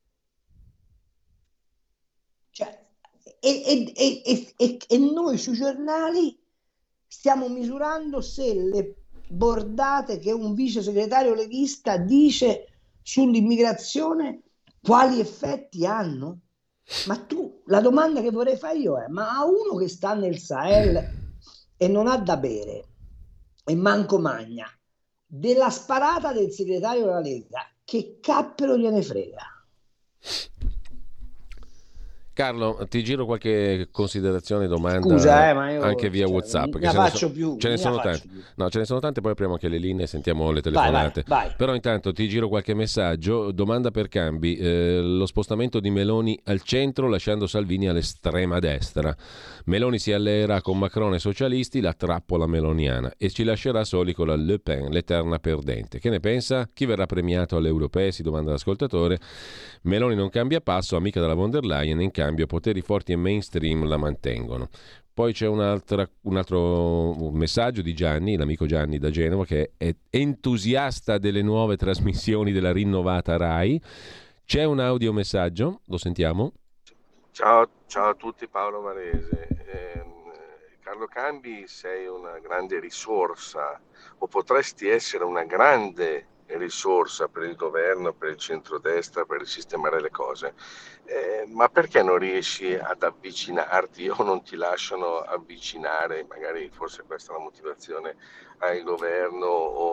Cioè, e, e, e, e, e noi sui giornali stiamo misurando se le bordate che un vice segretario leghista dice sull'immigrazione quali effetti hanno. Ma tu, la domanda che vorrei fare io è: ma a uno che sta nel Sahel e non ha da bere e manco magna della sparata del segretario della Lega, che cappero gliene frega? Carlo, ti giro qualche considerazione, domanda. Scusa, eh, ma io, anche via cioè, WhatsApp. Ne ce faccio ne so, più. Ce ne sono tante. Più. No, ce ne sono tante, poi apriamo anche le linee e sentiamo le telefonate. Vai, vai, vai. Però intanto ti giro qualche messaggio. Domanda per Cambi. Eh, lo spostamento di Meloni al centro lasciando Salvini all'estrema destra. Meloni si alleerà con Macron e socialisti, la trappola meloniana, e ci lascerà soli con la Le Pen, l'eterna perdente. Che ne pensa? Chi verrà premiato alle europee? Si domanda l'ascoltatore. Meloni non cambia passo, amica della von der Leyen, in cambio poteri forti e mainstream la mantengono. Poi c'è un'altra, un altro messaggio di Gianni, l'amico Gianni da Genova, che è entusiasta delle nuove trasmissioni della rinnovata RAI. C'è un audiomessaggio, lo sentiamo. Ciao, ciao a tutti, Paolo Varese. Eh, Carlo Cambi, sei una grande risorsa, o potresti essere una grande risorsa per il governo, per il centrodestra, per sistemare le cose, eh, ma perché non riesci ad avvicinarti o non ti lasciano avvicinare, magari forse questa è la motivazione, al governo,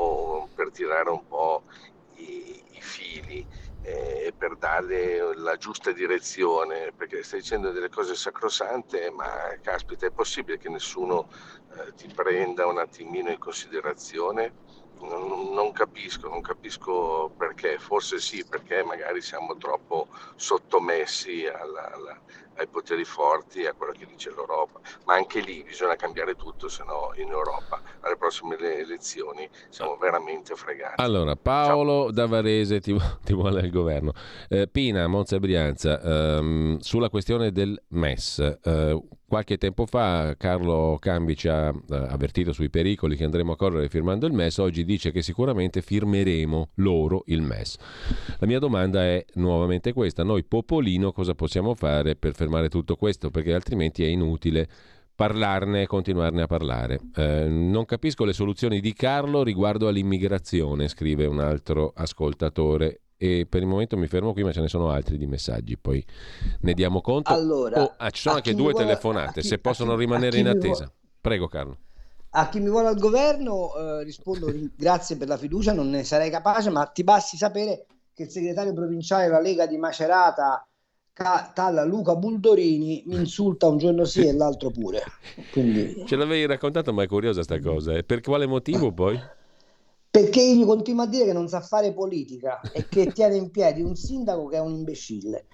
o per tirare un po' i, i fili e eh, per dare la giusta direzione, perché stai dicendo delle cose sacrosante, ma caspita, è possibile che nessuno eh, ti prenda un attimino in considerazione? Non, non capisco, non capisco perché, forse sì, perché magari siamo troppo sottomessi alla, alla, ai poteri forti, a quello che dice l'Europa, ma anche lì bisogna cambiare tutto, se no in Europa alle prossime elezioni siamo veramente fregati. Allora, Paolo Ciao. da Varese ti, ti vuole al governo. Eh, Pina, Monza e Brianza, ehm, sulla questione del M E S, eh, qualche tempo fa Carlo Cambi ci ha eh, avvertito sui pericoli che andremo a correre firmando il M E S, oggi dice che sicuramente firmeremo loro il M E S. La mia domanda è nuovamente questa: noi Popolino cosa possiamo fare per fermare tutto questo? Perché altrimenti è inutile parlarne e continuarne a parlare. Eh, non capisco le soluzioni di Carlo riguardo all'immigrazione, scrive un altro ascoltatore. E per il momento mi fermo qui, ma ce ne sono altri di messaggi, poi ne diamo conto. Allora, oh, ah, ci sono anche due vuole, telefonate, chi, se possono chi, rimanere in attesa. Vuole, Prego Carlo. A chi mi vuole al governo eh, rispondo grazie per la fiducia, non ne sarei capace, ma ti basti sapere che il segretario provinciale della Lega di Macerata, tal Luca Buldorini, mi insulta un giorno sì e l'altro pure. Quindi... Ce l'avevi raccontato, ma è curiosa sta cosa. E per quale motivo poi? Perché io continuo a dire che non sa fare politica e che tiene in piedi un sindaco che è un imbecille.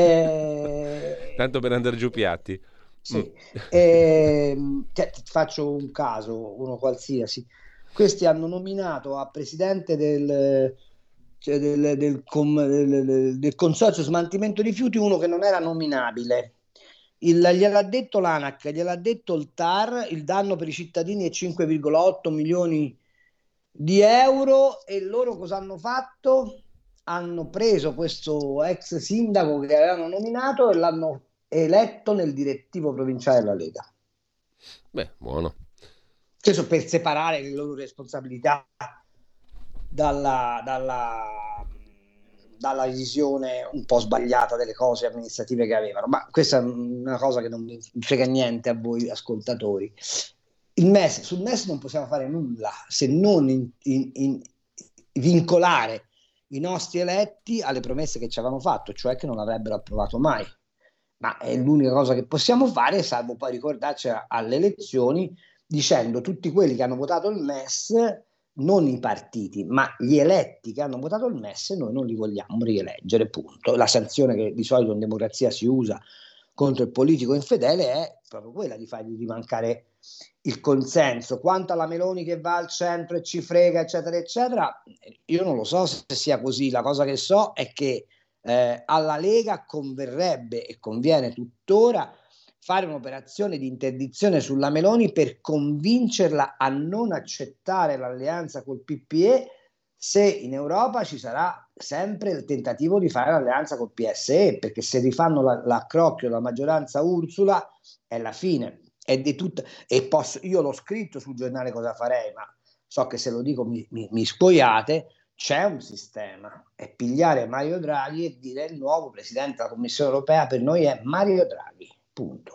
Eh... Tanto per andare giù piatti. Sì. Mm. Eh, ti faccio un caso, uno qualsiasi. Questi hanno nominato a presidente del, cioè del, del, com, del, del consorzio smaltimento rifiuti uno che non era nominabile. Il, gliel'ha detto l'ANAC, gliel'ha detto il T A R, il danno per i cittadini è cinque virgola otto milioni di euro, e loro cosa hanno fatto? Hanno preso questo ex sindaco che avevano nominato e l'hanno eletto nel direttivo provinciale della Lega. Beh, buono. Questo per separare le loro responsabilità dalla, dalla, dalla visione un po' sbagliata delle cose amministrative che avevano. Ma questa è una cosa che non mi frega niente a voi ascoltatori. Il M E S, sul M E S non possiamo fare nulla se non in, in, in, vincolare i nostri eletti alle promesse che ci avevano fatto, cioè che non avrebbero approvato mai. Ma è l'unica cosa che possiamo fare, salvo poi ricordarci alle elezioni dicendo tutti quelli che hanno votato il M E S, non i partiti, ma gli eletti che hanno votato il M E S, noi non li vogliamo rieleggere, punto. La sanzione che di solito in democrazia si usa contro il politico infedele è proprio quella di fargli rimancare il consenso. Quanto alla Meloni che va al centro e ci frega eccetera eccetera, io non lo so se sia così. La cosa che so è che eh, alla Lega converrebbe e conviene tuttora fare un'operazione di interdizione sulla Meloni per convincerla a non accettare l'alleanza col P P E se in Europa ci sarà sempre il tentativo di fare l'alleanza col P S E, perché se rifanno la, l'accrocchio della maggioranza Ursula è la fine. È di tutta, e posso, io l'ho scritto sul giornale cosa farei, ma so che se lo dico mi, mi, mi spogliate. C'è un sistema, è pigliare Mario Draghi e dire il nuovo presidente della Commissione europea per noi è Mario Draghi, punto.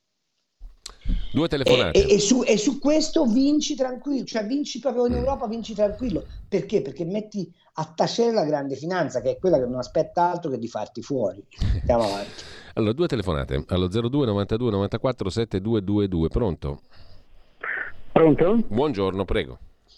Due telefonate. E, e, e, su, e su questo vinci tranquillo, cioè vinci proprio in Europa, vinci tranquillo. Perché? Perché metti a tacere la grande finanza, che è quella che non aspetta altro che di farti fuori. Andiamo avanti. Allora, due telefonate allo zero due novantadue novantaquattro settantadue ventidue. Pronto? Pronto? Buongiorno, prego.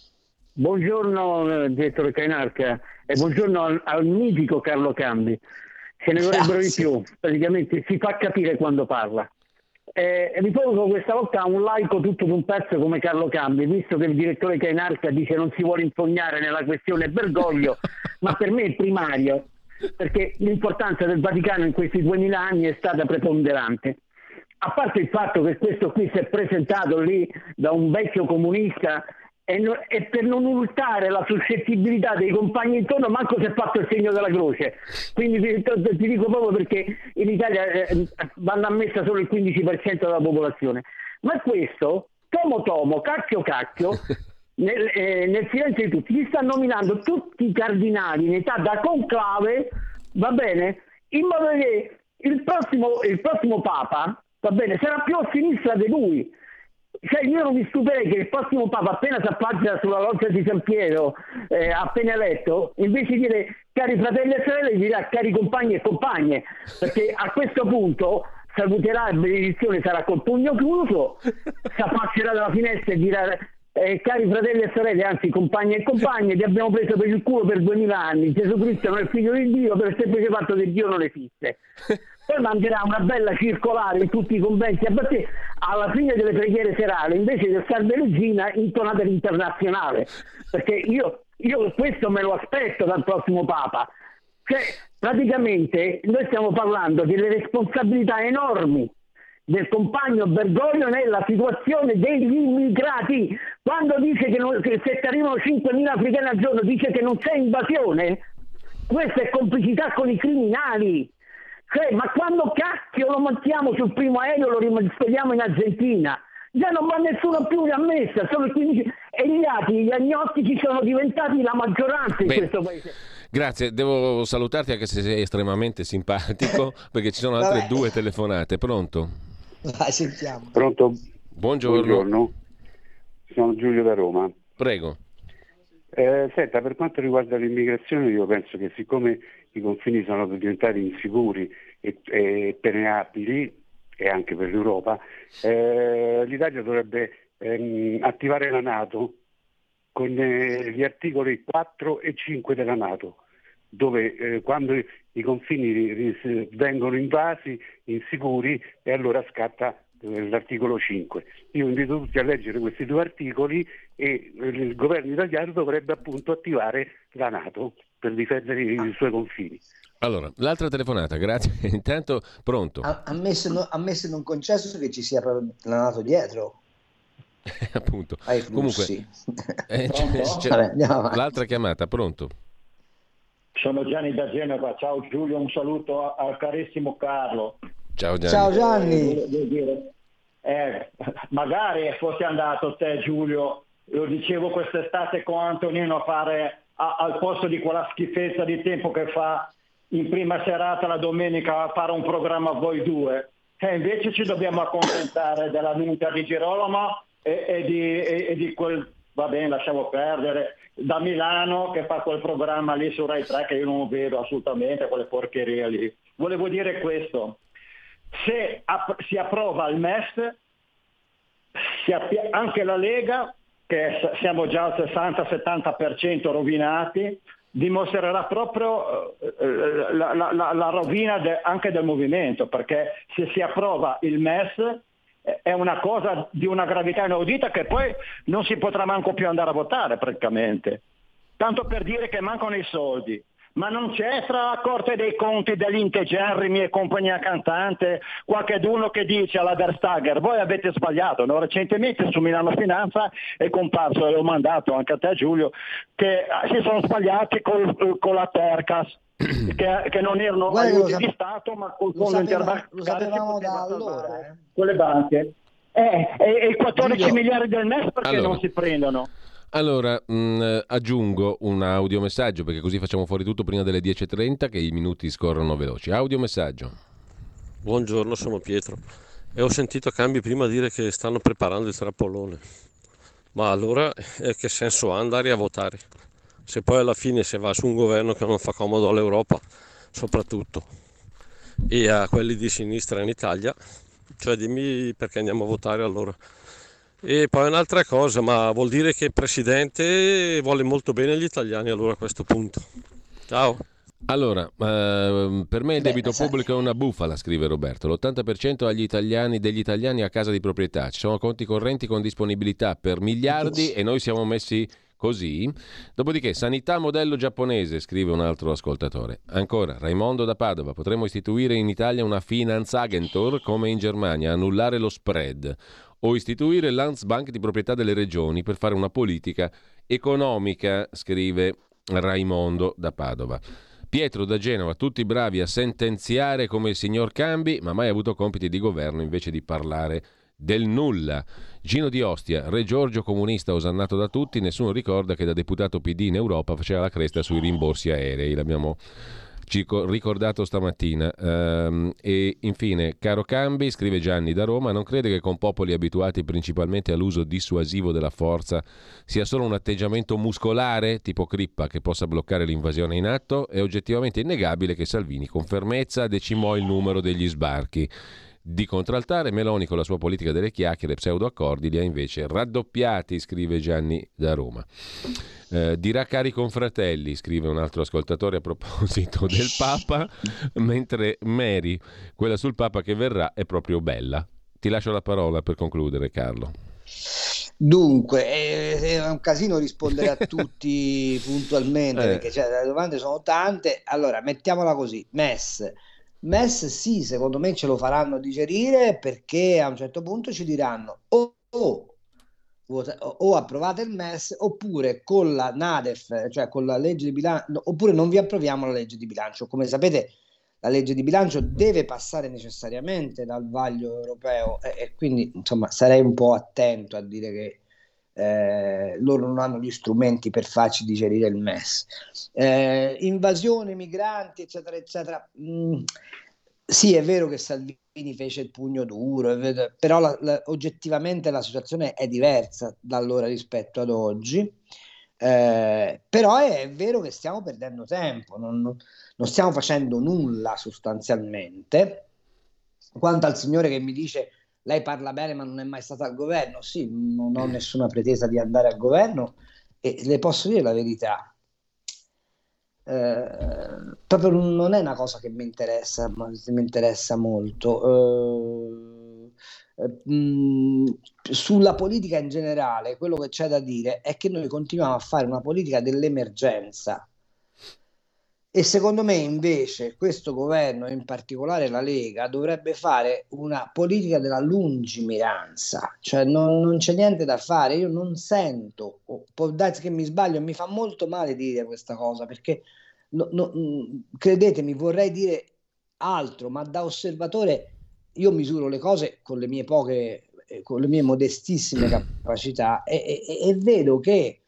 Buongiorno direttore Cainarca e buongiorno al, al mitico Carlo Cambi. Se ne vorrebbero di più, praticamente si fa capire quando parla. Eh, ripongo questa volta a un laico tutto d'un pezzo come Carlo Cambi, visto che il direttore Cainarca dice non si vuole impugnare nella questione Bergoglio, ma per me è primario, perché l'importanza del Vaticano in questi duemila anni è stata preponderante. A parte il fatto che questo qui si è presentato lì da un vecchio comunista e, no, e per non urtare la suscettibilità dei compagni intorno manco si è fatto il segno della croce, quindi ti, ti dico proprio perché in Italia eh, vanno ammessa solo il quindici per cento della popolazione, ma questo tomo tomo, cacchio cacchio nel, eh, nel silenzio di tutti si sta nominando tutti i cardinali in età da conclave, va bene, in modo che il prossimo, il prossimo Papa, va bene, sarà più a sinistra di lui. Cioè io non mi stupirei che il prossimo Papa, appena si appoggia sulla loggia di San Pietro, eh, appena eletto, invece di dire cari fratelli e sorelle, dirà cari compagni e compagne, perché a questo punto saluterà la benedizione, sarà col pugno chiuso, si affaccerà dalla finestra e dirà eh, cari fratelli e sorelle, anzi compagni e compagne, ti abbiamo preso per il culo per duemila anni, Gesù Cristo non è figlio di Dio per il semplice fatto che Dio non esiste. Poi manderà una bella circolare in tutti i conventi, a parte alla fine delle preghiere serali, invece del Salve Regina, intonata l'internazionale, perché io, io questo me lo aspetto dal prossimo Papa. Cioè, praticamente noi stiamo parlando delle responsabilità enormi del compagno Bergoglio nella situazione degli immigrati. Quando dice che, non, che se arrivano cinquemila africani al giorno dice che non c'è invasione, questa è complicità con i criminali. Cioè, ma quando cacchio lo montiamo sul primo aereo lo rispediamo in Argentina? Già non va nessuno più a messa, sono quindici e gli altri, gli agnostici sono diventati la maggioranza in Bene. questo paese. Grazie, devo salutarti anche se sei estremamente simpatico perché ci sono altre Vabbè. due telefonate. Pronto? Vai, sentiamo. Pronto? Buongiorno. Buongiorno, sono Giulio da Roma. Prego. Eh, senta, per quanto riguarda l'immigrazione, io penso che siccome i confini sono diventati insicuri e, e permeabili, e anche per l'Europa, eh, l'Italia dovrebbe ehm, attivare la NATO con eh, gli articoli quattro e cinque della NATO, dove eh, quando i confini ri- ri- vengono invasi, insicuri, e allora scatta eh, l'articolo cinque. Io invito tutti a leggere questi due articoli e eh, il governo italiano dovrebbe appunto attivare la NATO per difendere i suoi confini. Allora, l'altra telefonata, grazie. Intanto, pronto? A, a, me se no, a me se non concesso che ci sia proprio la NATO dietro. Appunto. Ai flussi. Comunque, eh, c'è- c'è- Vabbè, andiamo avanti. l'altra chiamata, pronto? Sono Gianni da Genova, ciao Giulio, un saluto al carissimo Carlo. Ciao Gianni. Ciao Gianni. Eh, volevo dire, eh, magari fossi andato te Giulio, lo dicevo quest'estate con Antonino a fare a, al posto di quella schifezza di tempo che fa in prima serata la domenica a fare un programma voi due, e invece ci dobbiamo accontentare della venuta di Girolamo e, e, di, e, e di quel, va bene, lasciamo perdere, da Milano che fa quel programma lì su Rai tre che io non vedo assolutamente, quelle porcherie lì. Volevo dire questo: se app- si approva il M E S, si appia- anche la Lega, che s- siamo già al sessanta settanta per cento rovinati, dimostrerà proprio eh, la, la, la, la rovina de- anche del movimento, perché se si approva il M E S eh, è una cosa di una gravità inaudita che poi non si potrà manco più andare a votare praticamente. Tanto per dire che mancano i soldi. Ma non c'è tra la Corte dei Conti dell'Integerrimi e compagnia cantante qualcheduno che dice alla Verstager: voi avete sbagliato, no? Recentemente su Milano Finanza è comparso, e l'ho mandato anche a te Giulio, che si sono sbagliati col, con la Tercas, che, che non erano Guarda che aiuti lo di sap- Stato, ma col lo fondo sapeva- interbancare lo sapevamo si poteva da allora, salvare eh. con le banche. Eh, e, e i quattordici Giulio. miliardi del M E S perché Allora. non si prendono? Allora, mh, aggiungo un audiomessaggio perché così facciamo fuori tutto prima delle dieci e trenta, che i minuti scorrono veloci. Audiomessaggio. Buongiorno, sono Pietro e ho sentito Cambi prima dire che stanno preparando il trappolone. Ma allora eh, che senso ha andare a votare? Se poi alla fine si va su un governo che non fa comodo all'Europa, soprattutto, e a quelli di sinistra in Italia, cioè dimmi perché andiamo a votare allora. E poi un'altra cosa, ma vuol dire che il Presidente vuole molto bene agli italiani allora a questo punto. Ciao. Allora, ehm, per me il Beh, debito sai- pubblico è una bufala, scrive Roberto. L'ottanta per cento agli italiani, degli italiani a casa di proprietà. Ci sono conti correnti con disponibilità per miliardi e noi siamo messi così. Dopodiché, sanità modello giapponese, scrive un altro ascoltatore. Ancora, Raimondo da Padova. Potremmo istituire in Italia una Finanzagentur come in Germania, annullare lo spread. O istituire il Landsbank di proprietà delle regioni per fare una politica economica, scrive Raimondo da Padova. Pietro da Genova, tutti bravi a sentenziare come il signor Cambi, ma mai avuto compiti di governo invece di parlare del nulla. Gino di Ostia, Re Giorgio comunista osannato da tutti, nessuno ricorda che da deputato P D in Europa faceva la cresta sui rimborsi aerei, l'abbiamo ricordato stamattina. Ehm, e infine, caro Cambi, scrive Gianni da Roma, non crede che con popoli abituati principalmente all'uso dissuasivo della forza sia solo un atteggiamento muscolare tipo Crippa che possa bloccare l'invasione in atto? È oggettivamente innegabile che Salvini con fermezza decimò il numero degli sbarchi. Di contraltare, Meloni con la sua politica delle chiacchiere e pseudoaccordi li ha invece raddoppiati, scrive Gianni da Roma. Eh, dirà cari confratelli, scrive un altro ascoltatore a proposito del Papa, mentre Mary, quella sul Papa che verrà, è proprio bella. Ti lascio la parola per concludere, Carlo. Dunque, è, è un casino rispondere a tutti puntualmente, Eh. perché cioè, le domande sono tante. Allora, mettiamola così, M E S. M E S sì, secondo me ce lo faranno digerire, perché a un certo punto ci diranno o, o, vota- o approvate il M E S oppure con la NADEF, cioè con la legge di bilancio, oppure non vi approviamo la legge di bilancio. Come sapete, la legge di bilancio deve passare necessariamente dal vaglio europeo e, e quindi insomma sarei un po' attento a dire che eh, loro non hanno gli strumenti per farci digerire il M E S. Eh, invasione, migranti, eccetera, eccetera. Mm, sì, è vero che Salvini fece il pugno duro, vero, però la, la, oggettivamente la situazione è diversa da allora rispetto ad oggi. Eh, però è vero che stiamo perdendo tempo, non, non, non stiamo facendo nulla sostanzialmente. Quanto al signore che mi dice lei parla bene ma non è mai stato al governo, sì, non ho nessuna pretesa di andare al governo e le posso dire la verità, eh, proprio non è una cosa che mi interessa, ma mi interessa molto. Eh, mh, sulla politica in generale, quello che c'è da dire è che noi continuiamo a fare una politica dell'emergenza e secondo me invece questo governo, in particolare la Lega, dovrebbe fare una politica della lungimiranza, cioè non, non c'è niente da fare. Io non sento, può darsi che mi sbaglio, mi fa molto male dire questa cosa perché no, no, credetemi, vorrei dire altro, ma da osservatore io misuro le cose con le mie poche, con le mie modestissime capacità e, e, e vedo che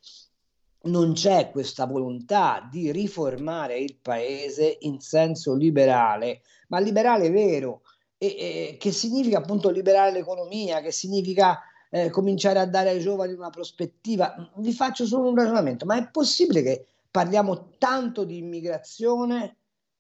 non c'è questa volontà di riformare il paese in senso liberale, ma liberale vero, e, e, che significa appunto liberare l'economia, che significa eh, cominciare a dare ai giovani una prospettiva. Vi faccio solo un ragionamento, ma è possibile che parliamo tanto di immigrazione,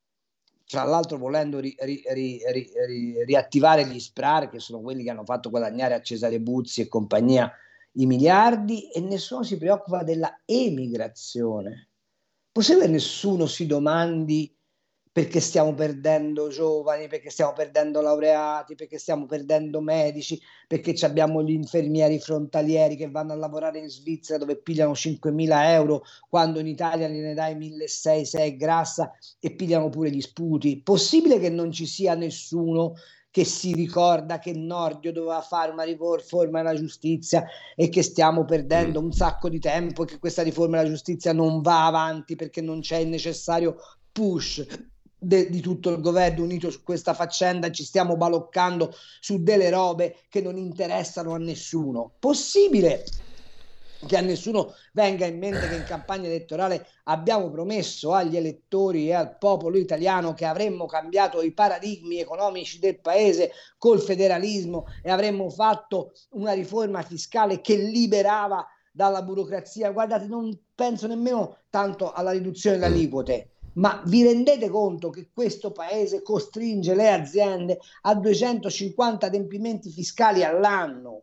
tra l'altro volendo ri, ri, ri, ri, ri, riattivare gli SPRAR, che sono quelli che hanno fatto guadagnare a Cesare Buzzi e compagnia i miliardi, e nessuno si preoccupa della emigrazione? Possibile che nessuno si domandi perché stiamo perdendo giovani, perché stiamo perdendo laureati, perché stiamo perdendo medici, perché abbiamo gli infermieri frontalieri che vanno a lavorare in Svizzera dove pigliano cinquemila euro quando in Italia gliene dai milleseicento, sei grassa e pigliano pure gli sputi? Possibile che non ci sia nessuno che si ricorda che Nordio doveva fare una riforma della giustizia e che stiamo perdendo un sacco di tempo e che questa riforma della giustizia non va avanti perché non c'è il necessario push De, di tutto il governo unito su questa faccenda, ci stiamo baloccando su delle robe che non interessano a nessuno? Possibile che a nessuno venga in mente che in campagna elettorale abbiamo promesso agli elettori e al popolo italiano che avremmo cambiato i paradigmi economici del paese col federalismo e avremmo fatto una riforma fiscale che liberava dalla burocrazia? Guardate, non penso nemmeno tanto alla riduzione delle aliquote, ma vi rendete conto che questo paese costringe le aziende a duecentocinquanta adempimenti fiscali all'anno?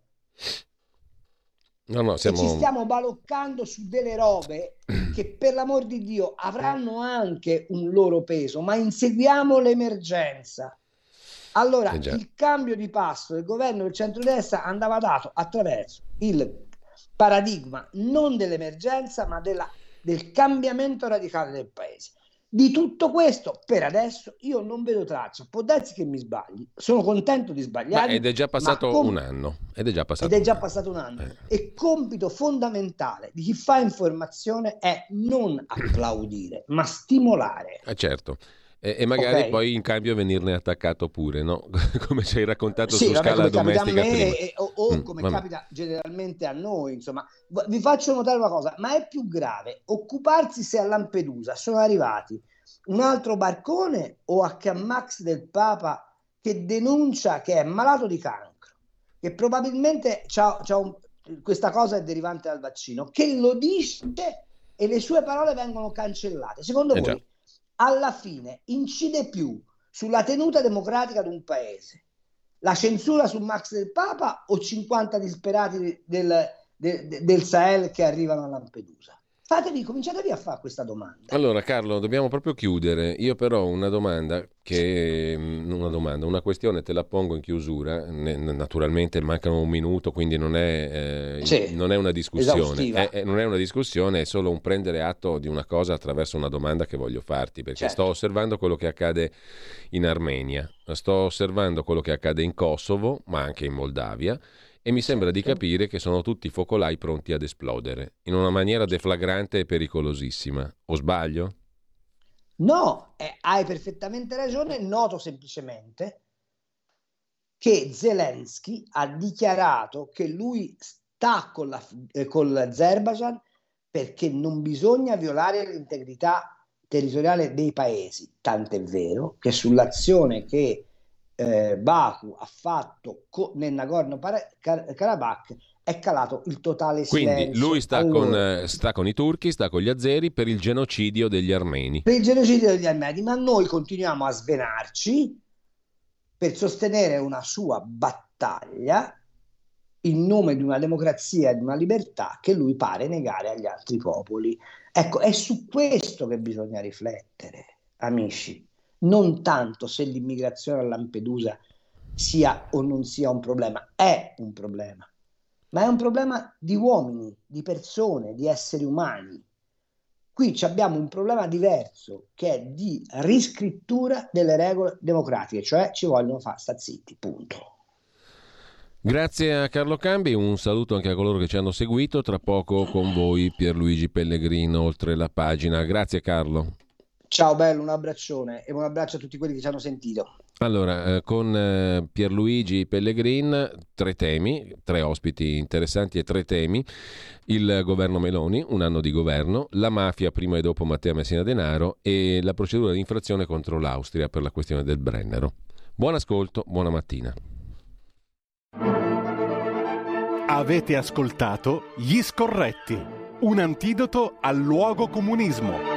No, no, siamo... E ci stiamo baloccando su delle robe che per l'amor di Dio avranno anche un loro peso, ma inseguiamo l'emergenza. Allora, eh il cambio di passo del governo del centrodestra andava dato attraverso il paradigma non dell'emergenza, ma della, del cambiamento radicale del paese. Di tutto questo per adesso io non vedo traccia. Può darsi che mi sbagli, sono contento di sbagliare. Ed è già passato com- un anno. Ed è già passato, ed è già un, passato un anno. Eh. E compito fondamentale di chi fa informazione è non applaudire, ma stimolare. Eh certo. E, e magari Okay. poi in cambio venirne attaccato pure, no? Come ci hai raccontato Sì, su vabbè, scala come capita a domestica me prima. e- o, o Mm, come vabbè. capita generalmente a noi, insomma. V- Vi faccio notare una cosa, ma è più grave occuparsi se a Lampedusa sono arrivati un altro barcone o H. Max del Papa che denuncia che è malato di cancro, che probabilmente c'ha, c'ha un, questa cosa è derivante dal vaccino, che lo dice e le sue parole vengono cancellate? Secondo Eh voi già. alla fine incide più sulla tenuta democratica di un paese la censura su Max del Papa o cinquanta disperati del, del, del Sahel che arrivano a Lampedusa? Fatevi, cominciatevi a fare questa domanda. Allora Carlo, dobbiamo proprio chiudere. Io però ho una domanda che una domanda, una questione te la pongo in chiusura. Ne- naturalmente mancano un minuto, quindi non è, eh, Sì, non è una discussione. esaustiva. È, è- non è una discussione, è solo un prendere atto di una cosa attraverso una domanda che voglio farti, perché Certo. sto osservando quello che accade in Armenia, sto osservando quello che accade in Kosovo, ma anche in Moldavia. E mi sembra di capire che sono tutti focolai pronti ad esplodere in una maniera deflagrante e pericolosissima. O sbaglio? No, eh, hai perfettamente ragione, noto semplicemente che Zelensky ha dichiarato che lui sta con, la, eh, con l'Azerbaijan perché non bisogna violare l'integrità territoriale dei paesi, tant'è vero che sull'azione che eh, Baku ha fatto co- nel Nagorno-Karabakh è calato il totale silenzio. Quindi lui sta, allora, con, eh, sta con i turchi, sta con gli azeri per il genocidio degli armeni. Per il genocidio degli armeni, ma noi continuiamo a svenarci per sostenere una sua battaglia in nome di una democrazia e di una libertà che lui pare negare agli altri popoli. Ecco, è su questo che bisogna riflettere, amici, non tanto se l'immigrazione a Lampedusa sia o non sia un problema. È un problema, ma è un problema di uomini, di persone, di esseri umani. Qui abbiamo un problema diverso, che è di riscrittura delle regole democratiche, cioè ci vogliono far sta zitti, punto. Grazie a Carlo Cambi, un saluto anche a coloro che ci hanno seguito. Tra poco con voi Pierluigi Pellegrino, oltre la pagina. Grazie Carlo. Ciao bello, un abbraccione e un abbraccio a tutti quelli che ci hanno sentito. Allora, eh, con eh, Pierluigi Pellegrin, tre temi, tre ospiti interessanti e tre temi. Il governo Meloni, un anno di governo, la mafia prima e dopo Matteo Messina Denaro e la procedura di infrazione contro l'Austria per la questione del Brennero. Buon ascolto, buona mattina. Avete ascoltato Gli Scorretti, un antidoto al luogo comunismo.